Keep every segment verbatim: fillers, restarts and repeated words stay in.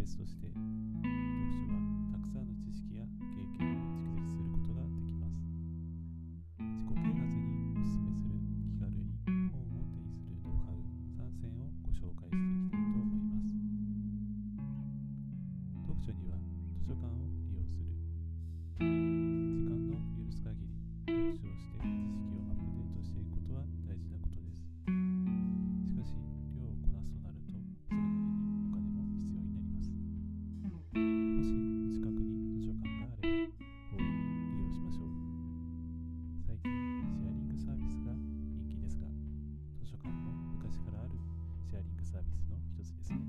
別として、読書はたくさんの知識や経験を蓄積することができます。自己啓発におすすめする気軽に本を手にするノウハウさん選をご紹介していきたいと思います。読書には図書館を利用する。時間の許す限り読書をして知識をアップデートしていくことは大事なことです。しかし、量をこなすとなると、それなりにお金も必要になります。もしお近くに図書館があれば、大いに利用しましょう。最近、シェアリングサービスが人気ですが、図書館も昔からあるシェアリングサービスの一つですね。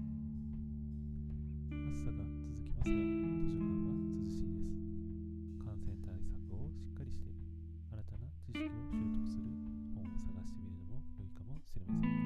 暑さが続きますが、図書館は涼しいです。感染対策をしっかりして、新たな知識を習得する本を探してみるのも良いかもしれませんね。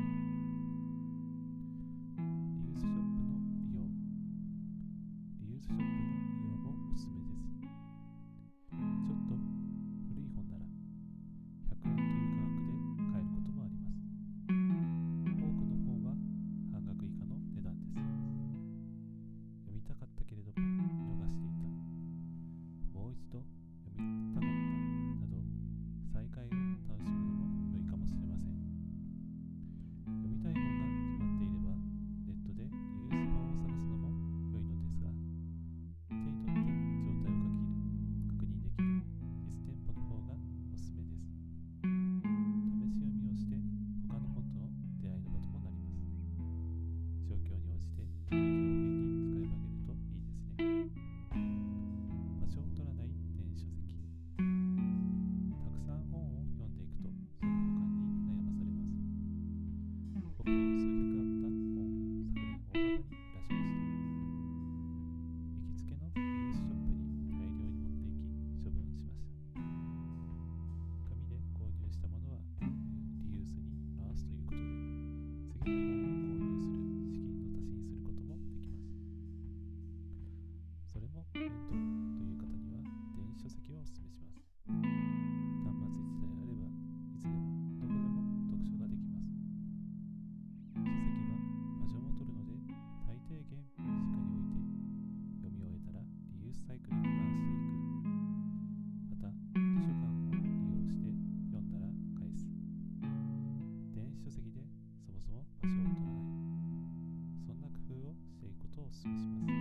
リユースショップの利用。リユースショップの利用もおすすめです。ちょっと古い本ならひゃくえんという価格で買えることもあります。多くの本は半額以下の値段です。読みたかったけれども見逃していた、もう一度読みたかったなど、再会を楽しむのも良いかもしれません。読みたい本が決まっていれば、ネットでリユース本を探すのも良いのですが、手に取って状態を確認できる実店舗の方がおすすめです。試し読みをして他の本との出会いの場ともなります。状況に応じて臨機応変に使い分けるといいですね。場所を取らない電子書籍。たくさん本を読んでいくと、その保管に悩まされます。僕も数百あった本を昨年大幅に減らしました。行きつけのリユースショップに大量に持っていき処分しました。紙で購入したものはリユースに回すということで、次の本を購入する資金の足しにすることもできます。それも面倒という方には電子書籍をおすすめします。端末いちだいあれば、いつでもどこでも読書ができます。書籍は場所も取るので、最低限身近に置いて、読み終えたらリユースサイクルに回していく。また、図書館を利用して読んだら返す。電子書籍でそもそも場所を取らない。そんな工夫をしていくことをお勧めします。